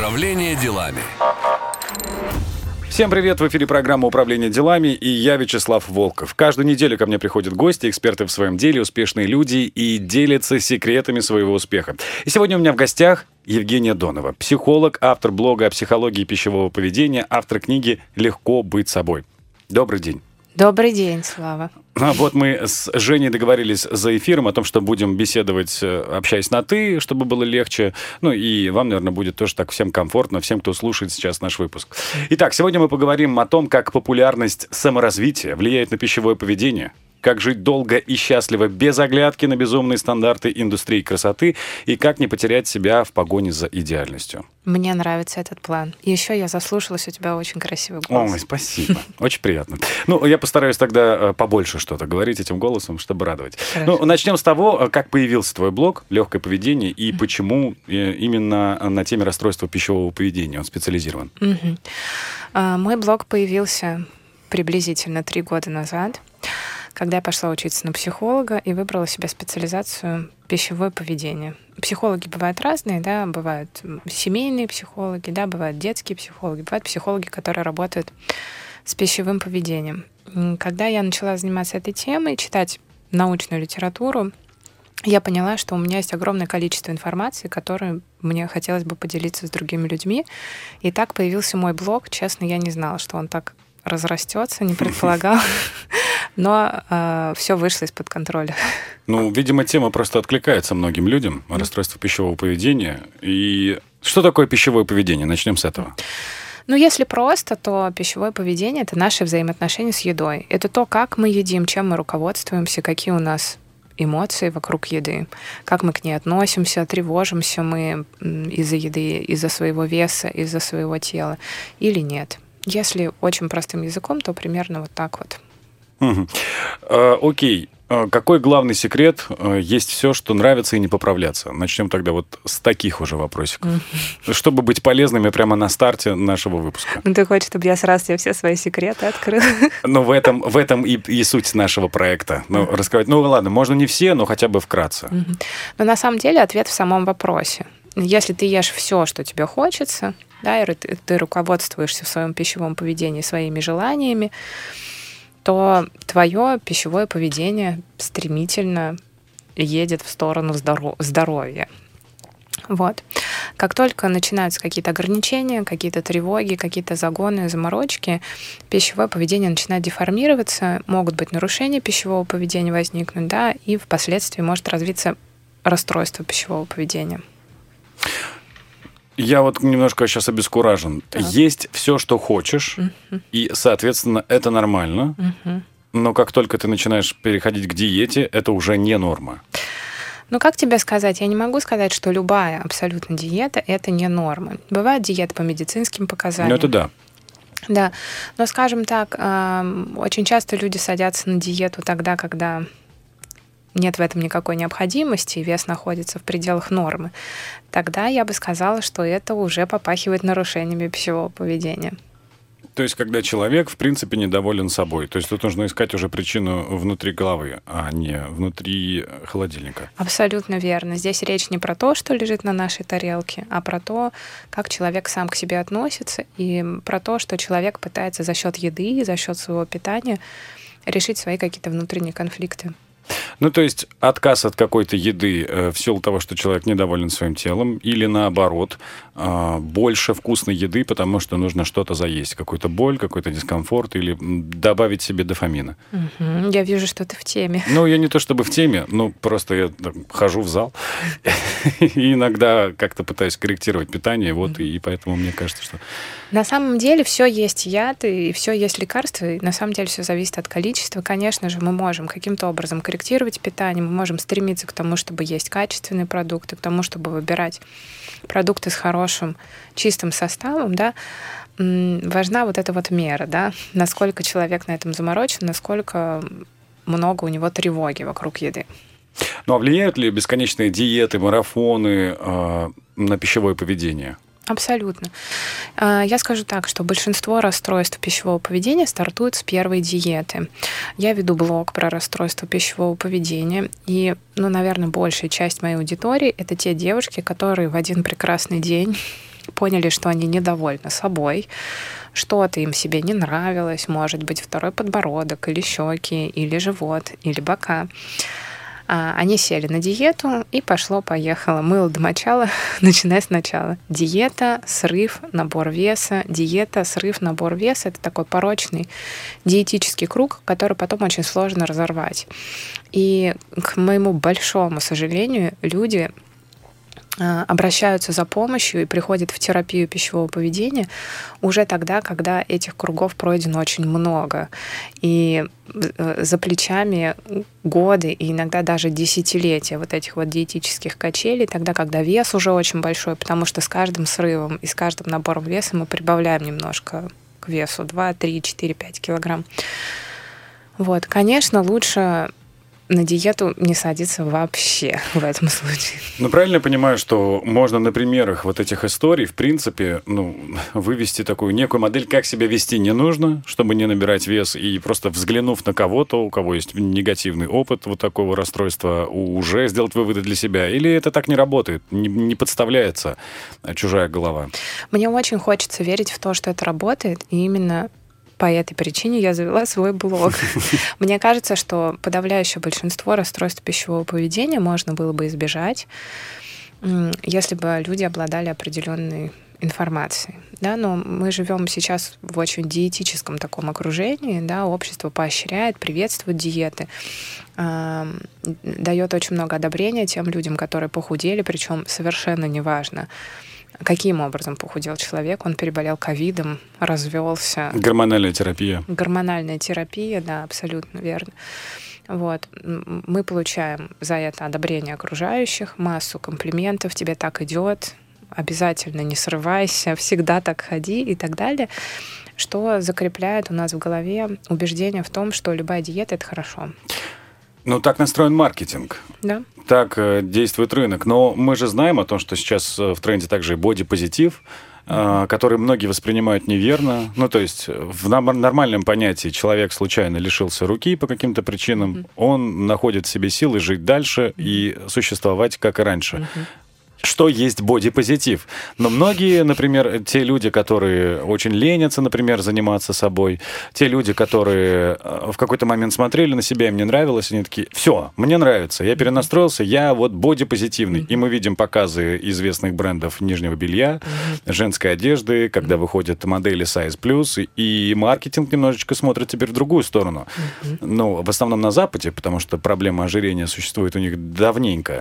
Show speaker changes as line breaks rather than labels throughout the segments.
Управление делами.
Всем привет! В эфире программа «Управление делами» и я, Вячеслав Волков. Каждую неделю ко мне приходят гости, эксперты в своем деле, успешные люди и делятся секретами своего успеха. И сегодня у меня в гостях Евгения Донова, психолог, автор блога о психологии пищевого поведения, автор книги «Легко быть собой». Добрый день.
Добрый день, Слава.
А вот мы с Женей договорились за эфиром о том, что будем беседовать, общаясь на «ты», чтобы было легче. Ну и вам, наверное, будет тоже так всем комфортно, всем, кто слушает сейчас наш выпуск. Итак, сегодня мы поговорим о том, как популярность саморазвития влияет на пищевое поведение, как жить долго и счастливо без оглядки на безумные стандарты индустрии красоты и как не потерять себя в погоне за идеальностью.
Мне нравится этот план. И еще я заслушалась, у тебя очень красивый голос.
Ой, спасибо. Очень приятно. Ну, я постараюсь тогда побольше что-то говорить этим голосом, чтобы радовать.
Хорошо.
Ну, начнем с того, как появился твой блог «Легкое поведение» и почему именно на теме расстройства пищевого поведения он специализирован.
Мой блог появился приблизительно 3 года назад, когда я пошла учиться на психолога и выбрала себе специализацию пищевое поведение. Психологи бывают разные, да, бывают семейные психологи, да, бывают детские психологи, бывают психологи, которые работают с пищевым поведением. Когда я начала заниматься этой темой, читать научную литературу, я поняла, что у меня есть огромное количество информации, которой мне хотелось бы поделиться с другими людьми. И так появился мой блог. Честно, я не знала, что он так разрастется, не предполагала. Но все вышло из-под контроля.
Ну, видимо, тема просто откликается многим людям, расстройство пищевого поведения. И что такое пищевое поведение? Начнем с этого.
Ну, если просто, то пищевое поведение — это наши взаимоотношения с едой. Это то, как мы едим, чем мы руководствуемся, какие у нас эмоции вокруг еды, как мы к ней относимся, тревожимся мы из-за еды, из-за своего веса, из-за своего тела или нет. Если очень простым языком, то примерно вот так вот.
Окей. Какой главный секрет? Есть все, что нравится и не поправляться. Начнем тогда вот с таких уже вопросиков. Чтобы быть полезными прямо на старте нашего выпуска.
Ну, ты хочешь, чтобы я сразу тебе все свои секреты открыла?
Ну, в этом и суть нашего проекта. Ну, рассказать. Ну, ладно, можно не все, но хотя бы вкратце.
Но на самом деле ответ в самом вопросе. Если ты ешь все, что тебе хочется, да, и ты руководствуешься в своем пищевом поведении своими желаниями, то твое пищевое поведение стремительно едет в сторону здоровья. Вот. Как только начинаются какие-то ограничения, какие-то тревоги, какие-то загоны, заморочки, пищевое поведение начинает деформироваться, могут быть нарушения пищевого поведения возникнуть, да, и впоследствии может развиться расстройство пищевого поведения.
Я вот немножко сейчас обескуражен. Так. Есть все, что хочешь, и, соответственно, это нормально. Но как только ты начинаешь переходить к диете, это уже не норма.
Ну, как тебе сказать? Я не могу сказать, что любая абсолютно диета — это не норма. Бывает диета по медицинским показаниям.
Ну, это да.
Да. Но, скажем так, очень часто люди садятся на диету тогда, когда нет в этом никакой необходимости, и вес находится в пределах нормы, тогда я бы сказала, что это уже попахивает нарушениями пищевого поведения.
То есть, когда человек, в принципе, недоволен собой. То есть, тут нужно искать уже причину внутри головы, а не внутри холодильника.
Абсолютно верно. Здесь речь не про то, что лежит на нашей тарелке, а про то, как человек сам к себе относится, и про то, что человек пытается за счет еды, за счет своего питания решить свои какие-то внутренние конфликты.
Ну, то есть отказ от какой-то еды в силу того, что человек недоволен своим телом, или наоборот, больше вкусной еды, потому что нужно что-то заесть, какую-то боль, какой-то дискомфорт, или добавить себе дофамина.
Я вижу, что ты в теме.
Ну, я не то чтобы в теме, ну, просто я хожу в зал и иногда как-то пытаюсь корректировать питание, вот, и поэтому мне кажется, что...
На самом деле все есть яд, и все есть лекарства, и на самом деле все зависит от количества. Конечно же, мы можем каким-то образом корректировать питание, мы можем стремиться к тому, чтобы есть качественные продукты, к тому, чтобы выбирать продукты с хорошим, чистым составом, да. Важна вот эта вот мера, да, насколько человек на этом заморочен, насколько много у него тревоги вокруг еды.
Ну, а влияют ли бесконечные диеты, марафоны на пищевое поведение?
Абсолютно. Я скажу так, что большинство расстройств пищевого поведения стартуют с первой диеты. Я веду блог про расстройство пищевого поведения, и, наверное, большая часть моей аудитории — это те девушки, которые в один прекрасный день поняли, что они недовольны собой, что-то им себе не нравилось, может быть, второй подбородок, или щеки, или живот, или бока. Они сели на диету, и пошло-поехало. Мыло до мочала, начиная сначала. Диета, срыв, набор веса. Диета, срыв, набор веса — это такой порочный диетический круг, который потом очень сложно разорвать. И, к моему большому сожалению, люди обращаются за помощью и приходят в терапию пищевого поведения уже тогда, когда этих кругов пройдено очень много. И за плечами годы и иногда даже десятилетия вот этих вот диетических качелей, тогда, когда вес уже очень большой, потому что с каждым срывом и с каждым набором веса мы прибавляем немножко к весу 2, 3, 4, 5 килограмм. Вот, конечно, лучше на диету не садиться вообще в этом случае.
Ну, правильно я понимаю, что можно на примерах вот этих историй, в принципе, вывести такую некую модель, как себя вести не нужно, чтобы не набирать вес, и просто взглянув на кого-то, у кого есть негативный опыт вот такого расстройства, уже сделать выводы для себя? Или это так не работает, не подставляется чужая голова?
Мне очень хочется верить в то, что это работает, и именно по этой причине я завела свой блог. Мне кажется, что подавляющее большинство расстройств пищевого поведения можно было бы избежать, если бы люди обладали определенной информацицией. Да, но мы живем сейчас в очень диетическом таком окружении, да, общество поощряет, приветствует диеты, дает очень много одобрения тем людям, которые похудели, причем совершенно неважно, каким образом похудел человек. Он переболел ковидом, развелся.
Гормональная терапия.
Гормональная терапия, да, абсолютно верно. Вот. Мы получаем за это одобрение окружающих, массу комплиментов, тебе так идет, обязательно не срывайся, всегда так ходи и так далее, что закрепляет у нас в голове убеждение в том, что любая диета — это хорошо.
Ну, так настроен маркетинг.
Да.
Так действует рынок. Но мы же знаем о том, что сейчас в тренде также и бодипозитив, который многие воспринимают неверно. Ну, то есть в нормальном понятии человек случайно лишился руки по каким-то причинам, он находит в себе силы жить дальше и существовать, как и раньше. Что есть бодипозитив. Но многие, например, те люди, которые очень ленятся, например, заниматься собой, те люди, которые в какой-то момент смотрели на себя, им не нравилось, они такие: все, мне нравится, я перенастроился, я вот бодипозитивный. И мы видим показы известных брендов нижнего белья, женской одежды, когда выходят модели Size Plus, и маркетинг немножечко смотрит теперь в другую сторону. Ну, в основном на Западе, потому что проблема ожирения существует у них давненько.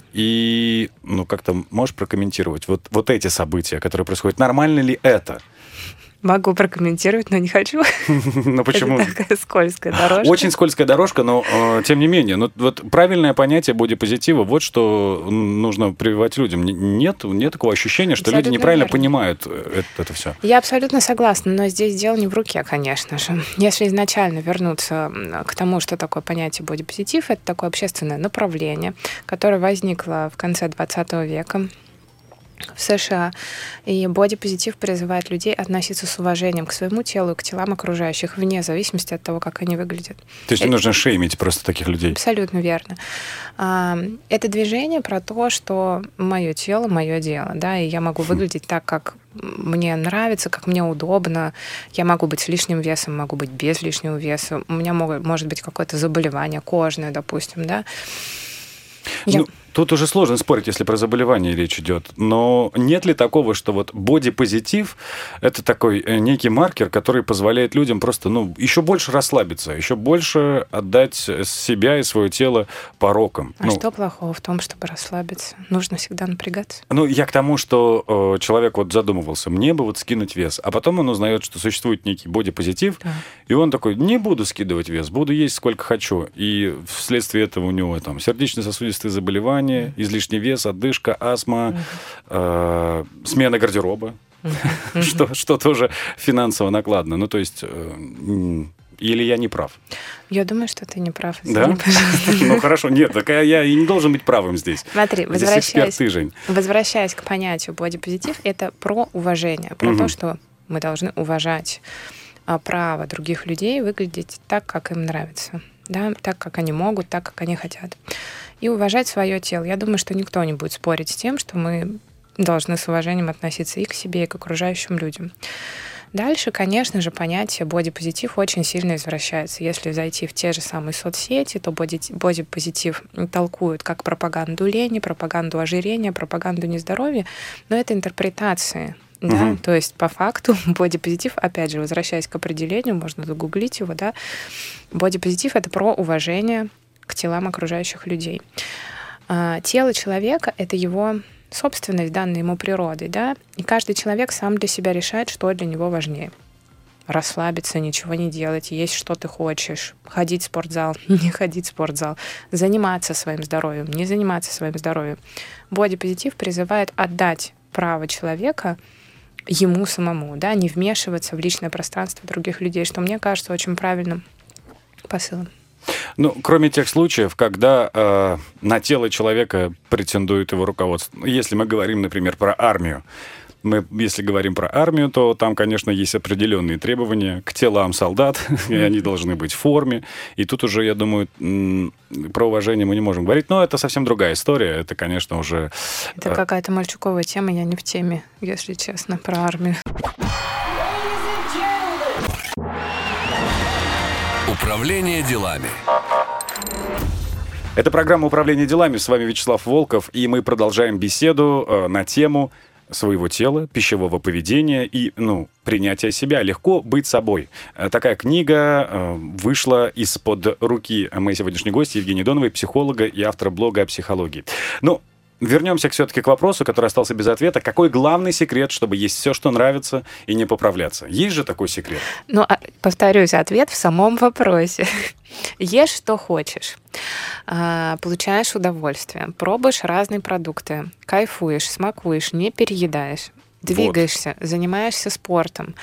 И, как-то можешь прокомментировать вот эти события, которые происходят? Нормально ли это?
Могу прокомментировать, но не хочу.
Ну почему?
Это такая скользкая дорожка.
Очень скользкая дорожка, но тем не менее. Вот правильное понятие бодипозитива, вот что нужно прививать людям. Нет такого ощущения, что люди неправильно понимают это все.
Я абсолютно согласна, но здесь дело не в руке, конечно же. Если изначально вернуться к тому, что такое понятие бодипозитив, это такое общественное направление, которое возникло в конце 20 века в США. И бодипозитив призывает людей относиться с уважением к своему телу и к телам окружающих, вне зависимости от того, как они выглядят.
То есть не нужно шеймить просто таких людей?
Абсолютно верно. Это движение про то, что мое тело — мое дело, да, и я могу выглядеть так, как мне нравится, как мне удобно. Я могу быть с лишним весом, могу быть без лишнего веса. У меня может быть какое-то заболевание кожное, допустим, да.
Тут уже сложно спорить, если про заболевание речь идет. Но нет ли такого, что вот бодипозитив — это такой некий маркер, который позволяет людям просто, еще больше расслабиться, еще больше отдать себя и свое тело порокам?
Что плохого в том, чтобы расслабиться? Нужно всегда напрягаться.
Я к тому, что человек задумывался, мне бы скинуть вес, а потом он узнает, что существует некий бодипозитив, и он такой: не буду скидывать вес, буду есть сколько хочу. И вследствие этого у него сердечно-сосудистые заболевания, излишний вес, одышка, астма, смена гардероба, что тоже финансово накладно. Ну, то есть, или я не прав?
Я думаю, что ты не прав.
Да? Ну, хорошо. Нет, так я и не должен быть правым здесь.
Смотри,
здесь эксперт ты, Жень.
Возвращаясь к понятию бодипозитив, это про уважение, про то, что мы должны уважать право других людей выглядеть так, как им нравится. Да, так, как они могут, так, как они хотят. И уважать свое тело. Я думаю, что никто не будет спорить с тем, что мы должны с уважением относиться и к себе, и к окружающим людям. Дальше, конечно же, понятие бодипозитив очень сильно извращается. Если зайти в те же самые соцсети, то бодипозитив толкуют как пропаганду лени, пропаганду ожирения, пропаганду нездоровья, но это интерпретации. Да? То есть, по факту, бодипозитив, опять же, возвращаясь к определению, можно загуглить его, да, бодипозитив — это про уважение к телам окружающих людей. Тело человека — это его собственность, данная ему природой, да, и каждый человек сам для себя решает, что для него важнее. Расслабиться, ничего не делать, есть что ты хочешь, ходить в спортзал, не ходить в спортзал, заниматься своим здоровьем, не заниматься своим здоровьем. Бодипозитив призывает отдать право человека ему самому, да, не вмешиваться в личное пространство других людей, что мне кажется очень правильным посылом.
Ну, кроме тех случаев, когда на тело человека претендует его руководство. Если мы говорим, например, про армию. Если говорим про армию, то там, конечно, есть определенные требования к телам солдат, и они должны быть в форме. И тут уже, я думаю, про уважение мы не можем говорить, но это совсем другая история. Это, конечно, уже...
Это какая-то мальчуковая тема, я не в теме, если честно, про армию.
Управление делами.
Это программа «Управление делами». С вами Вячеслав Волков, и мы продолжаем беседу на тему своего тела, пищевого поведения и, принятия себя. Легко быть собой. Такая книга вышла из-под руки моей сегодняшней гости Евгении Доновой, психолога и автора блога о психологии. Вернемся все-таки к вопросу, который остался без ответа. Какой главный секрет, чтобы есть все, что нравится, и не поправляться? Есть же такой секрет?
Повторюсь, ответ в самом вопросе. Ешь, что хочешь. Получаешь удовольствие. Пробуешь разные продукты. Кайфуешь, смакуешь, не переедаешь. Двигаешься, занимаешься спортом,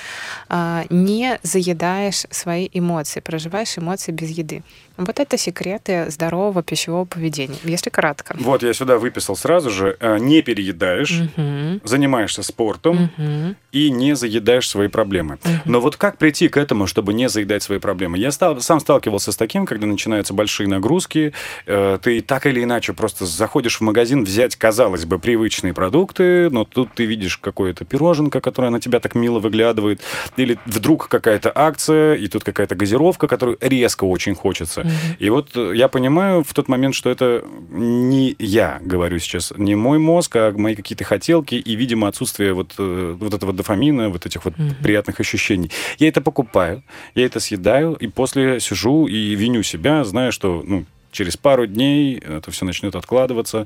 не заедаешь свои эмоции, проживаешь эмоции без еды. Вот это секреты здорового пищевого поведения, если кратко.
Вот я сюда выписал сразу же. Не переедаешь, занимаешься спортом и не заедаешь свои проблемы. Но вот как прийти к этому, чтобы не заедать свои проблемы? Я сам сталкивался с таким, когда начинаются большие нагрузки, ты так или иначе просто заходишь в магазин взять, казалось бы, привычные продукты, но тут ты видишь какое-то пироженка, которое на тебя так мило выглядывает, или вдруг какая-то акция, и тут какая-то газировка, которую резко очень хочется. И вот я понимаю в тот момент, что это не я говорю сейчас, не мой мозг, а мои какие-то хотелки и, видимо, отсутствие вот этого дофамина, вот этих вот приятных ощущений. Я это покупаю, я это съедаю, и после сижу и виню себя, зная, что, через пару дней это все начнет откладываться,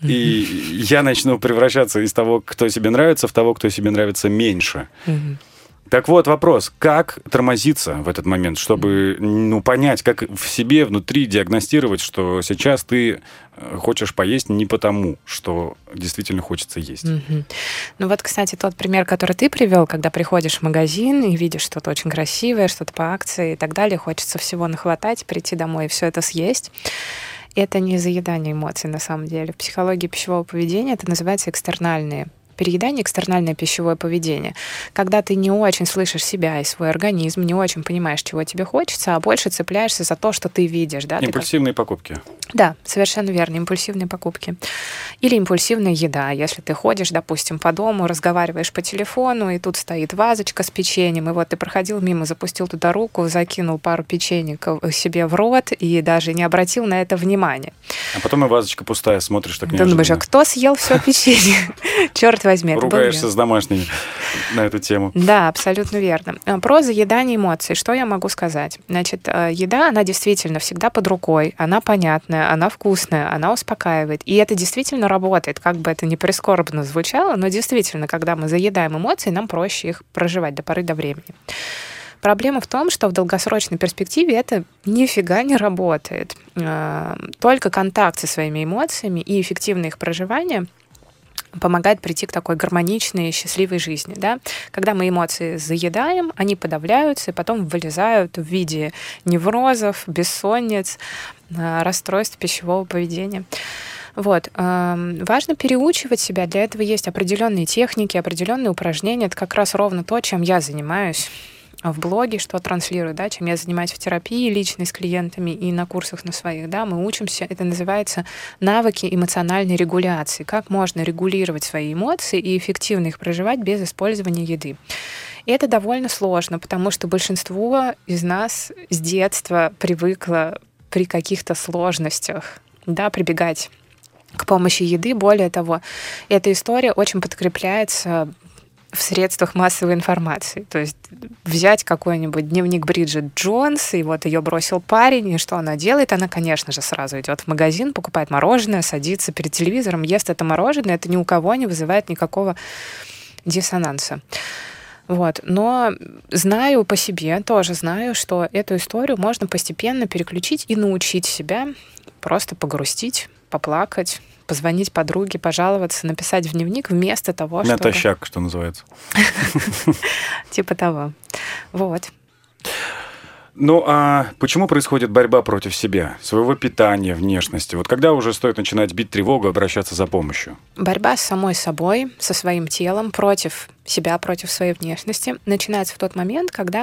и я начну превращаться из того, кто себе нравится, в того, кто себе нравится меньше. Так вот, вопрос, как тормозиться в этот момент, чтобы понять, как в себе внутри диагностировать, что сейчас ты хочешь поесть не потому, что действительно хочется есть.
Вот, кстати, тот пример, который ты привел, когда приходишь в магазин и видишь что-то очень красивое, что-то по акции и так далее, хочется всего нахватать, прийти домой и все это съесть. Это не заедание эмоций, на самом деле. В психологии пищевого поведения это называется экстернальные переедание, экстернальное пищевое поведение. Когда ты не очень слышишь себя и свой организм, не очень понимаешь, чего тебе хочется, а больше цепляешься за то, что ты видишь. Да?
Импульсивные покупки.
Да, совершенно верно, импульсивные покупки. Или импульсивная еда. Если ты ходишь, допустим, по дому, разговариваешь по телефону, и тут стоит вазочка с печеньем, и вот ты проходил мимо, запустил туда руку, закинул пару печенек себе в рот и даже не обратил на это внимания.
А потом и вазочка пустая, смотришь так неожиданно.
Ты думаешь, а кто съел все печенье? Черт возьми, это
ругаешься с домашними на эту тему.
Да, абсолютно верно. Про заедание эмоций. Что я могу сказать? Значит, еда, она действительно всегда под рукой, она понятная, она вкусная, она успокаивает. И это действительно работает, как бы это ни прискорбно звучало, но действительно, когда мы заедаем эмоции, нам проще их проживать до поры до времени. Проблема в том, что в долгосрочной перспективе это нифига не работает. Только контакт со своими эмоциями и эффективное их проживание помогает прийти к такой гармоничной, счастливой жизни. Да? Когда мы эмоции заедаем, они подавляются и потом вылезают в виде неврозов, бессонниц, расстройств пищевого поведения. Вот. Важно переучивать себя. Для этого есть определенные техники, определенные упражнения. Это как раз ровно то, чем я занимаюсь. в блоге, что транслирую, да, чем я занимаюсь в терапии личной с клиентами и на курсах на своих, да, мы учимся, это называется навыки эмоциональной регуляции, как можно регулировать свои эмоции и эффективно их проживать без использования еды. И это довольно сложно, потому что большинство из нас с детства привыкло при каких-то сложностях, да, прибегать к помощи еды. Более того, эта история очень подкрепляется в средствах массовой информации. То есть взять какой-нибудь дневник Бриджит Джонс, и вот ее бросил парень, и что она делает? Она, конечно же, сразу идет в магазин, покупает мороженое, садится перед телевизором, ест это мороженое. Это ни у кого не вызывает никакого диссонанса. Вот. Но знаю по себе, тоже знаю, что эту историю можно постепенно переключить и научить себя просто погрустить, поплакать, позвонить подруге, пожаловаться, написать в дневник вместо того, чтобы...
Натощак, что называется.
Типа того. Вот.
Ну, а почему происходит борьба против себя, своего питания, внешности? Вот когда уже стоит начинать бить тревогу, обращаться за помощью?
Борьба с самой собой, со своим телом, против себя, против своей внешности начинается в тот момент, когда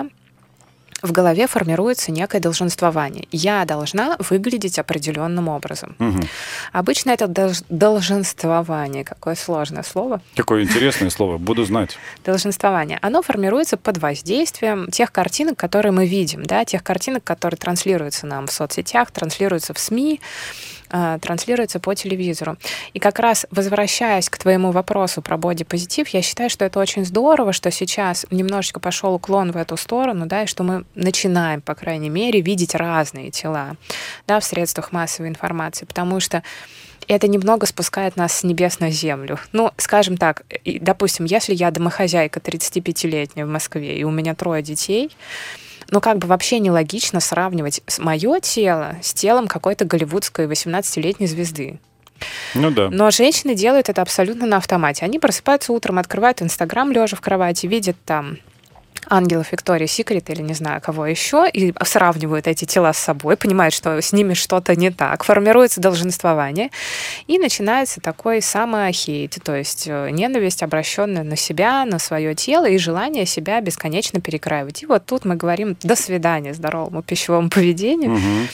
в голове формируется некое долженствование. Я должна выглядеть определенным образом.
Угу.
Обычно это долженствование, какое сложное слово.
Какое интересное слово, буду знать.
Долженствование. Оно формируется под воздействием тех картинок, которые мы видим, да, тех картинок, которые транслируются нам в соцсетях, транслируются в СМИ, транслируется по телевизору. И как раз возвращаясь к твоему вопросу про бодипозитив, я считаю, что это очень здорово, что сейчас немножечко пошел уклон в эту сторону, да, и что мы начинаем, по крайней мере, видеть разные тела, да, в средствах массовой информации, потому что это немного спускает нас с небес на землю. Ну, скажем так, допустим, если я домохозяйка 35-летняя в Москве, и у меня 3 детей, ну, как бы вообще нелогично сравнивать мое тело с телом какой-то голливудской 18-летней звезды.
Ну да.
Но женщины делают это абсолютно на автомате. Они просыпаются утром, открывают Инстаграм, лежа в кровати, видят там ангелов Виктории Секрет или не знаю кого еще, и сравнивают эти тела с собой, понимают, что с ними что-то не так, формируется долженствование, и начинается такой самохейт, то есть ненависть, обращенная на себя, на свое тело, и желание себя бесконечно перекраивать. И вот тут мы говорим «до свидания» здоровому пищевому поведению,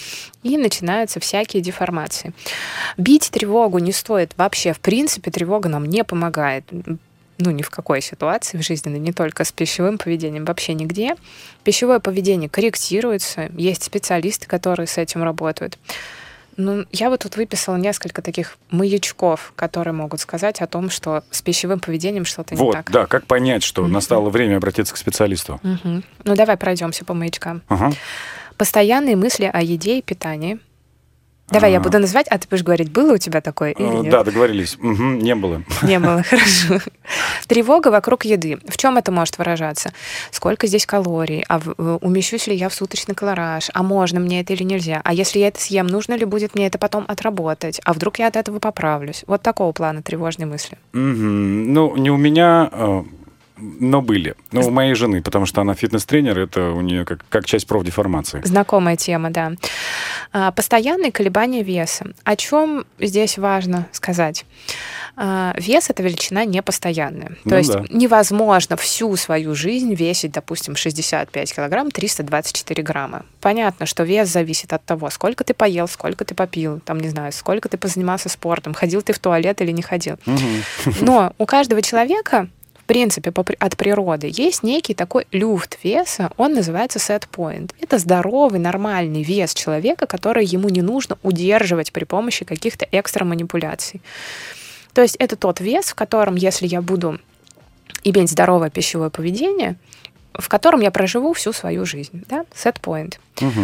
и начинаются всякие деформации. Бить тревогу не стоит вообще. В принципе, тревога нам не помогает. Ну, ни в какой ситуации в жизни, не только с пищевым поведением, вообще нигде. Пищевое поведение корректируется, есть специалисты, которые с этим работают. Ну, я вот тут выписала несколько таких маячков, которые могут сказать о том, что с пищевым поведением что-то не так.
Вот, да, как понять, что настало время обратиться к специалисту?
Ну, давай пройдемся по маячкам. Постоянные мысли о еде и питании. Давай я буду называть, а ты будешь говорить, было у тебя такое или нет?
Да, договорились. Не было.
Не было, хорошо. Тревога вокруг еды. В чем это может выражаться? Сколько здесь калорий? А умещусь ли я в суточный колораж? А можно мне это или нельзя? А если я это съем, нужно ли будет мне это потом отработать? А вдруг я от этого поправлюсь? Вот такого плана тревожные мысли.
Ну, не у меня... Но были. Но у моей жены, потому что она фитнес-тренер, это у нее как часть профдеформации.
Знакомая тема, да. Постоянные колебания веса. О чем здесь важно сказать? Вес — это величина непостоянная. То есть невозможно всю свою жизнь весить, допустим, 65 килограмм, 324 грамма. Понятно, что вес зависит от того, сколько ты поел, сколько ты попил, там, не знаю, сколько ты позанимался спортом, ходил ты в туалет или не ходил. Но у каждого человека... В принципе, от природы есть некий такой люфт веса, он называется set point. Это здоровый, нормальный вес человека, который ему не нужно удерживать при помощи каких-то экстра манипуляций. То есть это тот вес, в котором, если я буду иметь здоровое пищевое поведение, в котором я проживу всю свою жизнь. Да? Set point.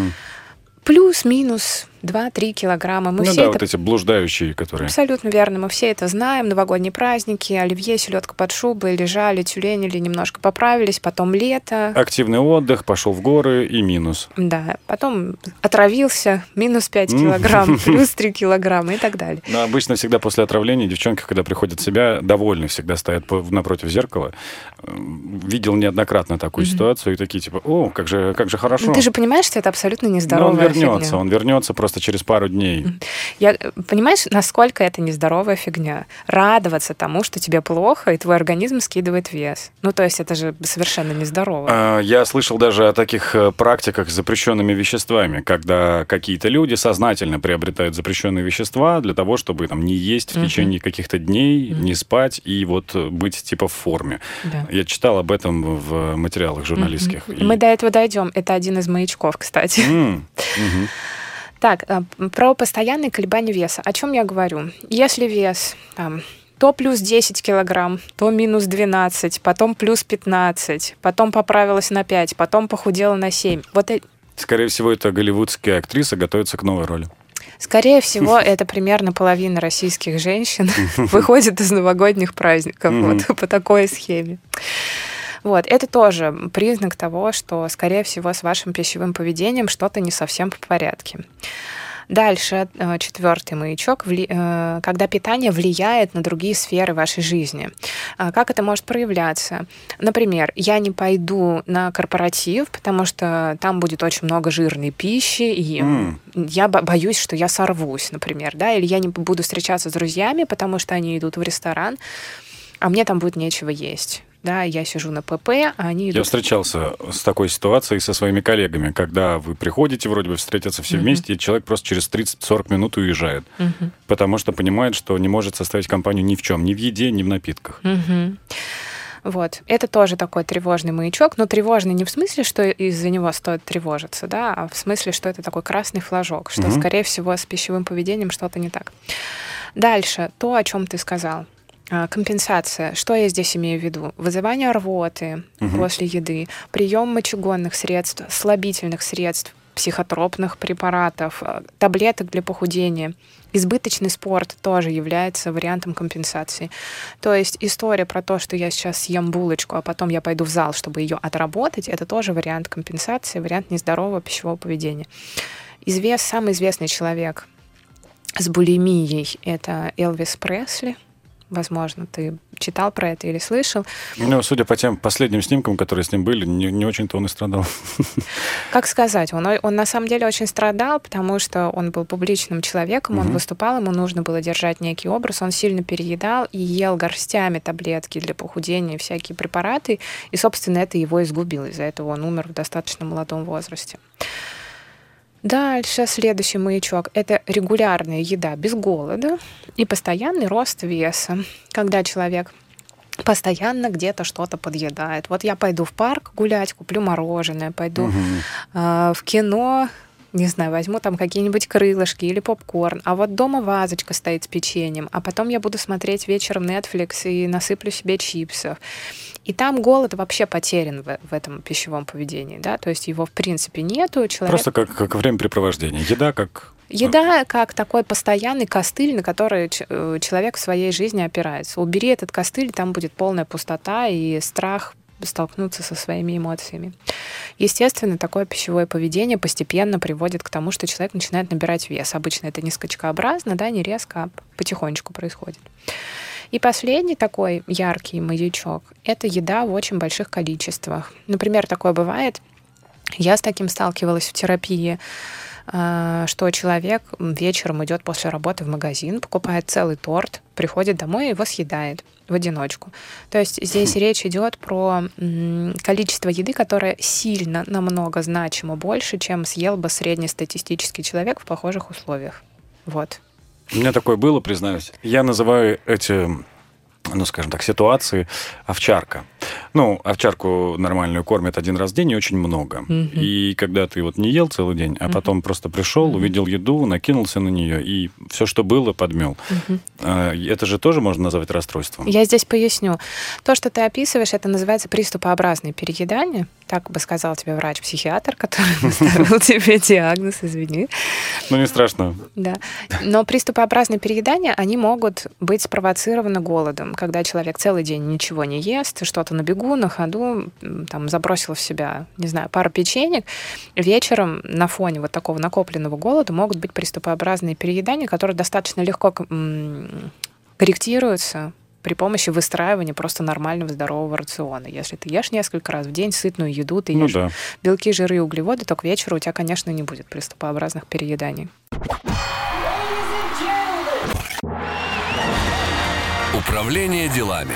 Плюс-минус 2-3 килограмма. Мы все
вот эти блуждающие, которые...
Абсолютно верно. Мы все это знаем. Новогодние праздники, оливье, селедка под шубой, лежали, тюленили, немножко поправились, потом лето.
Активный отдых, пошел в горы и минус.
Да. Потом отравился, минус 5 килограмм, плюс 3 килограмма и так далее.
Но обычно всегда после отравления девчонки, когда приходят в себя, довольны всегда стоят напротив зеркала. Видел неоднократно такую ситуацию и такие типа, о, как же хорошо.
Но ты же понимаешь, что это абсолютно нездоровая фигня.
Он вернется, просто просто через пару дней.
Понимаешь, насколько это нездоровая фигня? Радоваться тому, что тебе плохо, и твой организм скидывает вес. Ну, то есть это же совершенно нездорово.
Я слышал даже о таких практиках с запрещенными веществами, когда какие-то люди сознательно приобретают запрещенные вещества для того, чтобы там не есть в течение каких-то дней, не спать и вот быть типа в форме.
Да.
Я читал об этом в материалах журналистских.
Мы до этого дойдем. Это один из маячков, кстати. Так, про постоянные колебания веса. О чем я говорю? Если вес там, то плюс 10 килограмм, то минус 12, потом плюс 15, потом поправилась на 5, потом похудела на 7.
Скорее всего, это голливудская актриса готовится к новой роли.
Скорее всего, это примерно половина российских женщин выходит из новогодних праздников вот по такой схеме. Вот, это тоже признак того, что, скорее всего, с вашим пищевым поведением что-то не совсем в порядке. Дальше, 4-й маячок, когда питание влияет на другие сферы вашей жизни. Как это может проявляться? Например, я не пойду на корпоратив, потому что там будет очень много жирной пищи, и я боюсь, что я сорвусь, например, да, или я не буду встречаться с друзьями, потому что они идут в ресторан, а мне там будет нечего есть. Да, я сижу на ПП, а они идут...
Я встречался с такой ситуацией со своими коллегами, когда вы приходите, вроде бы встретятся все вместе, и человек просто через 30-40 минут уезжает, потому что понимает, что не может составить компанию ни в чем, ни в еде, ни в напитках.
Вот. Это тоже такой тревожный маячок, но тревожный не в смысле, что из-за него стоит тревожиться, да, а в смысле, что это такой красный флажок, что, скорее всего, с пищевым поведением что-то не так. Дальше, то, о чем ты сказал. Компенсация. Что я здесь имею в виду? Вызывание рвоты после еды, прием мочегонных средств, слабительных средств, психотропных препаратов, таблеток для похудения. Избыточный спорт тоже является вариантом компенсации. То есть история про то, что я сейчас съем булочку, а потом я пойду в зал, чтобы ее отработать, это тоже вариант компенсации, вариант нездорового пищевого поведения. Самый известный человек с булимией — это Элвис Пресли. Возможно, ты читал про это или слышал.
Ну, судя по тем последним снимкам, которые с ним были, не очень-то он и страдал.
Как сказать? Он на самом деле очень страдал, потому что он был публичным человеком, он выступал, ему нужно было держать некий образ, он сильно переедал и ел горстями таблетки для похудения, всякие препараты, и, собственно, это его изгубило. Из-за этого он умер в достаточно молодом возрасте. Дальше следующий маячок — это регулярная еда без голода и постоянный рост веса, когда человек постоянно где-то что-то подъедает. Вот я пойду в парк гулять, куплю мороженое, пойду в кино, не знаю, возьму там какие-нибудь крылышки или попкорн, а вот дома вазочка стоит с печеньем, а потом я буду смотреть вечером Netflix и насыплю себе чипсов. И там голод вообще потерян в этом пищевом поведении, да, то есть его в принципе нету.
Просто как времяпрепровождение. Еда
как такой постоянный костыль, на который человек в своей жизни опирается. Убери этот костыль, там будет полная пустота и страх столкнуться со своими эмоциями. Естественно, такое пищевое поведение постепенно приводит к тому, что человек начинает набирать вес. Обычно это не скачкообразно, да, не резко, а потихонечку происходит. И последний такой яркий маячок — это еда в очень больших количествах. Например, такое бывает, я с таким сталкивалась в терапии, что человек вечером идет после работы в магазин, покупает целый торт, приходит домой и его съедает в одиночку. То есть здесь речь идет про количество еды, которое сильно, намного значимо больше, чем съел бы среднестатистический человек в похожих условиях. Вот.
У меня такое было, признаюсь. Я называю эти, скажем так, ситуации овчарка. Овчарку нормальную кормят один раз в день и очень много. И когда ты вот не ел целый день, а потом просто пришел, увидел еду, накинулся на нее и все, что было, подмел. Это же тоже можно назвать расстройством.
Я здесь поясню. То, что ты описываешь, это называется приступообразное переедание. Так бы сказал тебе врач-психиатр, который поставил тебе диагноз, извини.
Не страшно.
Да. Но приступообразные переедания, они могут быть спровоцированы голодом, когда человек целый день ничего не ест, что-то на бегу, на ходу, там, забросил в себя, не знаю, пару печенек. Вечером на фоне вот такого накопленного голода могут быть приступообразные переедания, которые достаточно легко корректируются при помощи выстраивания просто нормального здорового рациона. Если ты ешь несколько раз в день сытную еду, ты ешь белки, жиры и углеводы, то к вечеру у тебя, конечно, не будет приступообразных перееданий.
Управление делами.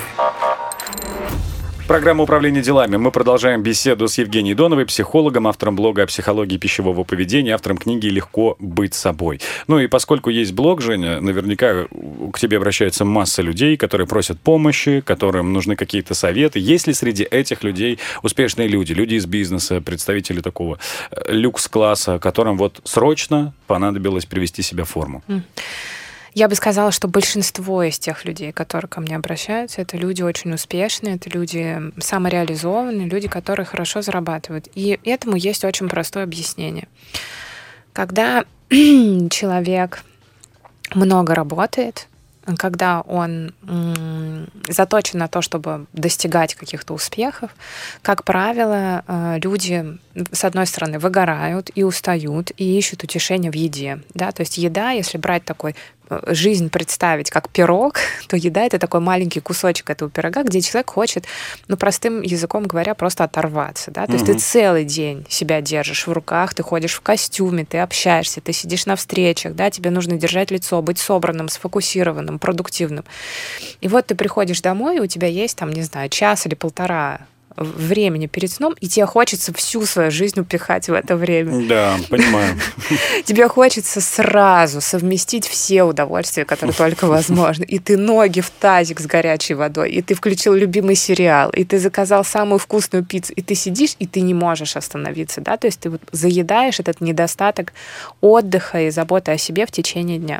Программа «Управление делами». Мы продолжаем беседу с Евгенией Доновой, психологом, автором блога о психологии пищевого поведения, автором книги «Легко быть собой». Ну и поскольку есть блог, Женя, наверняка к тебе обращается масса людей, которые просят помощи, которым нужны какие-то советы. Есть ли среди этих людей успешные люди, люди из бизнеса, представители такого люкс-класса, которым вот срочно понадобилось привести себя в форму?
Я бы сказала, что большинство из тех людей, которые ко мне обращаются, это люди очень успешные, это люди самореализованные, люди, которые хорошо зарабатывают. И этому есть очень простое объяснение. Когда человек много работает, когда он заточен на то, чтобы достигать каких-то успехов, как правило, люди, с одной стороны, выгорают и устают, и ищут утешения в еде. Да? То есть еда, если брать такой жизнь представить как пирог, то еда — это такой маленький кусочек этого пирога, где человек хочет, ну, простым языком говоря, просто оторваться. Да? То есть ты целый день себя держишь в руках, ты ходишь в костюме, ты общаешься, ты сидишь на встречах, да? Тебе нужно держать лицо, быть собранным, сфокусированным, продуктивным. И вот ты приходишь домой, и у тебя есть, там, не знаю, час или полтора времени перед сном, и тебе хочется всю свою жизнь упихать в это время.
Да, понимаю.
Тебе хочется сразу совместить все удовольствия, которые только возможно. И ты ноги в тазик с горячей водой, и ты включил любимый сериал, и ты заказал самую вкусную пиццу, и ты сидишь, и ты не можешь остановиться. Да? То есть ты вот заедаешь этот недостаток отдыха и заботы о себе в течение дня.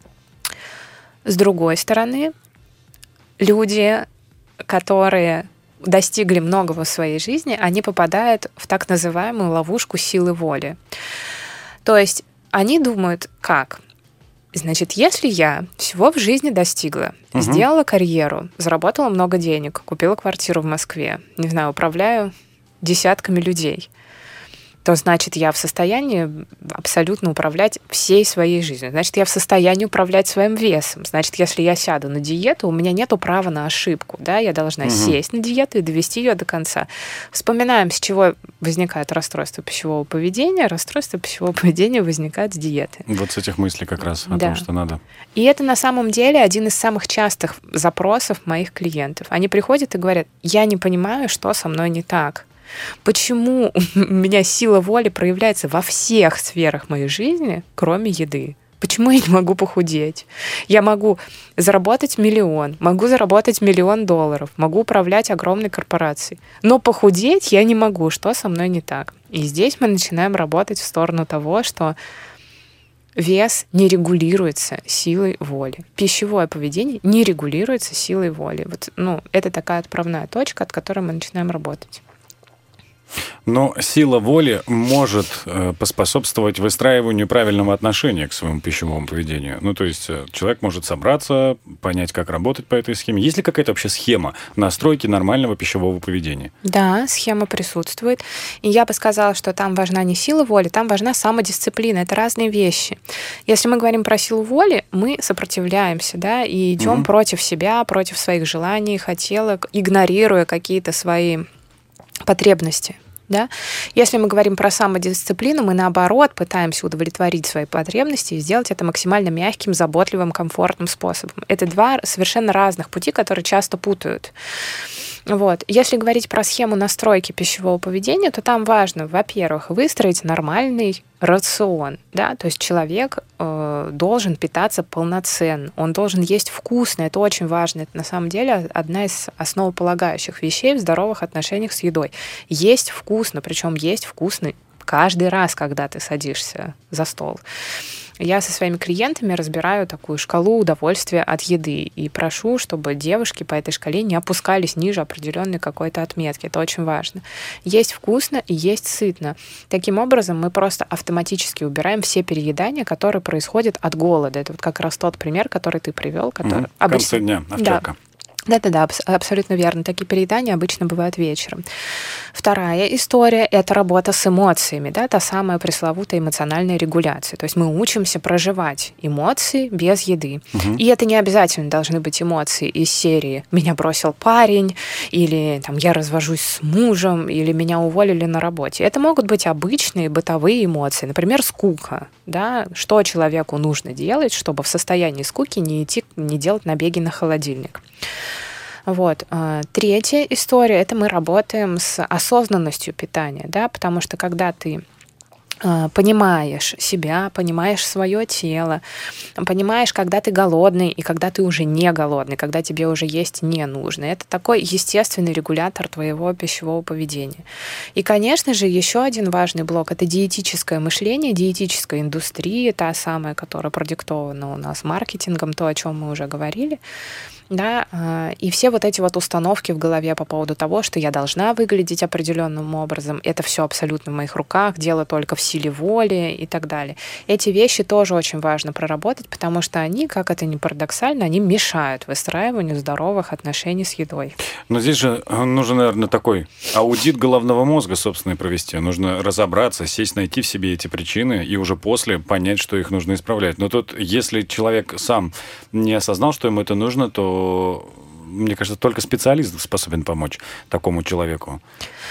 С другой стороны, люди, которые достигли многого в своей жизни, они попадают в так называемую ловушку силы воли. То есть они думают, как? Значит, если я всего в жизни достигла, сделала карьеру, заработала много денег, купила квартиру в Москве, не знаю, управляю десятками людей, то значит, я в состоянии абсолютно управлять всей своей жизнью. Значит, я в состоянии управлять своим весом. Значит, если я сяду на диету, у меня нет права на ошибку. Да? Я должна сесть на диету и довести ее до конца. Вспоминаем, с чего возникает расстройство пищевого поведения. Расстройство пищевого поведения возникает с диеты.
Вот с этих мыслей как раз о том, что надо.
И это на самом деле один из самых частых запросов моих клиентов. Они приходят и говорят, я не понимаю, что со мной не так. Почему у меня сила воли проявляется во всех сферах моей жизни, кроме еды? Почему я не могу похудеть? Я могу заработать 1 000 000, могу заработать $1 000 000, могу управлять огромной корпорацией. Но похудеть я не могу. Что со мной не так? И здесь мы начинаем работать в сторону того, что вес не регулируется силой воли. Пищевое поведение не регулируется силой воли. Вот, это такая отправная точка, от которой мы начинаем работать.
Но сила воли может поспособствовать выстраиванию правильного отношения к своему пищевому поведению. Ну, то есть человек может собраться, понять, как работать по этой схеме. Есть ли какая-то вообще схема настройки нормального пищевого поведения?
Да, схема присутствует. И я бы сказала, что там важна не сила воли, там важна самодисциплина. Это разные вещи. Если мы говорим про силу воли, мы сопротивляемся, да, и идем против себя, против своих желаний, хотелок, игнорируя какие-то свои потребности. Да? Если мы говорим про самодисциплину, мы, наоборот, пытаемся удовлетворить свои потребности и сделать это максимально мягким, заботливым, комфортным способом. Это два совершенно разных пути, которые часто путают. Вот. Если говорить про схему настройки пищевого поведения, то там важно, во-первых, выстроить нормальный рацион. Да? То есть человек должен питаться полноценно, он должен есть вкусно, это очень важно. Это на самом деле одна из основополагающих вещей в здоровых отношениях с едой. Есть вкусно, причем есть вкусно каждый раз, когда ты садишься за стол. Я со своими клиентами разбираю такую шкалу удовольствия от еды и прошу, чтобы девушки по этой шкале не опускались ниже определенной какой-то отметки. Это очень важно. Есть вкусно и есть сытно. Таким образом, мы просто автоматически убираем все переедания, которые происходят от голода. Это вот как раз тот пример, который ты привел.
В конце дня, овчарка.
Да-да-да, абсолютно верно. Такие переедания обычно бывают вечером. Вторая история — это работа с эмоциями, да, та самая пресловутая эмоциональная регуляция. То есть мы учимся проживать эмоции без еды. И это не обязательно должны быть эмоции из серии «меня бросил парень», или там «я развожусь с мужем», или «меня уволили на работе». Это могут быть обычные бытовые эмоции, например, скука. Да? Что человеку нужно делать, чтобы в состоянии скуки не делать набеги на холодильник. Вот. Третья история — это мы работаем с осознанностью питания, да, потому что когда ты понимаешь себя, понимаешь свое тело, понимаешь, когда ты голодный и когда ты уже не голодный, когда тебе уже есть не нужно. Это такой естественный регулятор твоего пищевого поведения. И, конечно же, еще один важный блок — это диетическое мышление, диетическая индустрия, та самая, которая продиктована у нас маркетингом, то, о чем мы уже говорили. Да, и все вот эти вот установки в голове по поводу того, что я должна выглядеть определенным образом, это все абсолютно в моих руках, дело только в силе воли и так далее. Эти вещи тоже очень важно проработать, потому что они, как это ни парадоксально, они мешают выстраиванию здоровых отношений с едой.
Но здесь же нужно, наверное, такой аудит головного мозга, собственно, провести. Нужно разобраться, сесть, найти в себе эти причины и уже после понять, что их нужно исправлять. Но тут, если человек сам не осознал, что ему это нужно, то мне кажется, только специалист способен помочь такому человеку.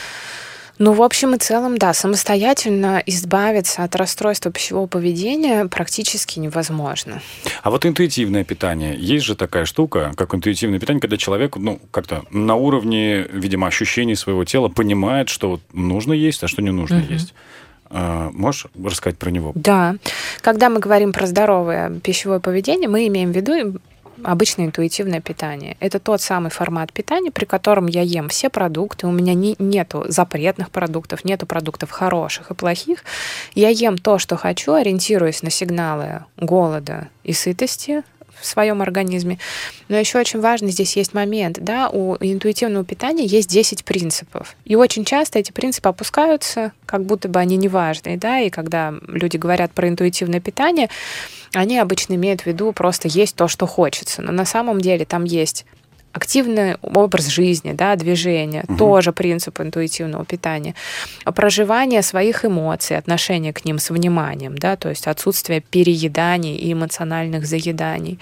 Ну, в общем и целом, да, самостоятельно избавиться от расстройства пищевого поведения практически невозможно.
А вот интуитивное питание. Есть же такая штука, как интуитивное питание, когда человек, как-то на уровне, видимо, ощущений своего тела понимает, что вот нужно есть, а что не нужно есть. Можешь рассказать про него?
Да. Когда мы говорим про здоровое пищевое поведение, мы имеем в виду обычное интуитивное питание. Это тот самый формат питания, при котором я ем все продукты, у меня нету запретных продуктов, нету продуктов хороших и плохих. Я ем то, что хочу, ориентируясь на сигналы голода и сытости в своем организме. Но еще очень важный здесь есть момент. Да, у интуитивного питания есть 10 принципов. И очень часто эти принципы опускаются, как будто бы они не важные. Да? И когда люди говорят про интуитивное питание, они обычно имеют в виду просто есть то, что хочется. Но на самом деле там есть активный образ жизни, да, движение, тоже принцип интуитивного питания, проживание своих эмоций, отношение к ним с вниманием, да, то есть отсутствие перееданий и эмоциональных заеданий.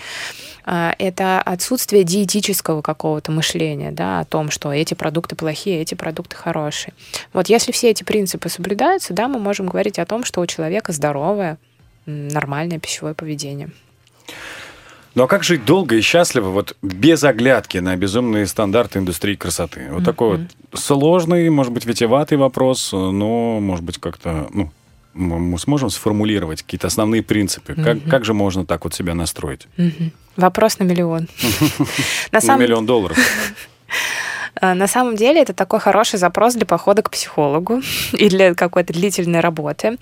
Это отсутствие диетического какого-то мышления, да, о том, что эти продукты плохие, эти продукты хорошие. Вот если все эти принципы соблюдаются, да, мы можем говорить о том, что у человека здоровое, нормальное пищевое поведение.
Ну а как жить долго и счастливо, вот без оглядки на безумные стандарты индустрии красоты? Вот такой вот сложный, может быть, витиеватый вопрос, но, может быть, как-то, мы сможем сформулировать какие-то основные принципы. Как же можно так вот себя настроить?
Вопрос на миллион.
На $1 миллион.
На самом деле это такой хороший запрос для похода к психологу и для какой-то длительной работы.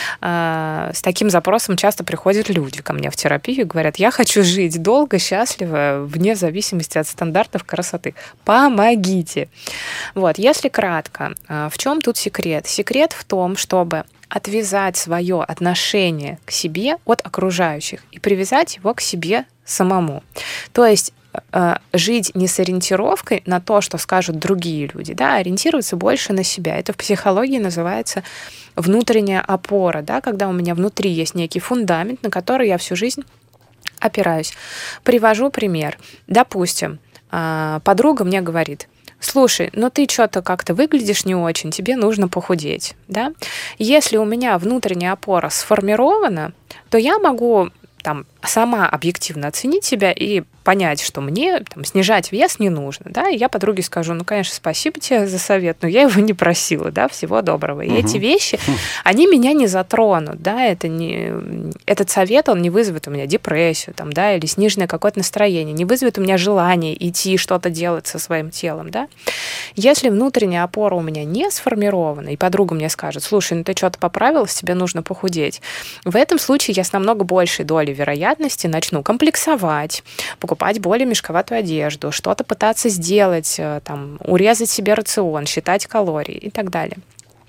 С таким запросом часто приходят люди ко мне в терапию и говорят: я хочу жить долго, счастливо, вне зависимости от стандартов красоты. Помогите. Вот, если кратко, в чем тут секрет? Секрет в том, чтобы отвязать свое отношение к себе от окружающих и привязать его к себе самому. То есть жить не с ориентировкой на то, что скажут другие люди, да, а ориентироваться больше на себя. Это в психологии называется внутренняя опора, да, когда у меня внутри есть некий фундамент, на который я всю жизнь опираюсь. Привожу пример. Допустим, подруга мне говорит: слушай, ты что-то как-то выглядишь не очень, тебе нужно похудеть, да? Если у меня внутренняя опора сформирована, то я могу сама объективно оценить себя и понять, что мне снижать вес не нужно, да, и я подруге скажу: конечно, спасибо тебе за совет, но я его не просила, да, всего доброго. И эти вещи, они меня не затронут, да, этот совет, он не вызовет у меня депрессию, да, или сниженное какое-то настроение, не вызовет у меня желание идти что-то делать со своим телом, да. Если внутренняя опора у меня не сформирована, и подруга мне скажет: слушай, ты что-то поправилась, тебе нужно похудеть, в этом случае я с намного большей долей вероятности начну комплексовать, покупать более мешковатую одежду, что-то пытаться сделать, урезать себе рацион, считать калории и так далее.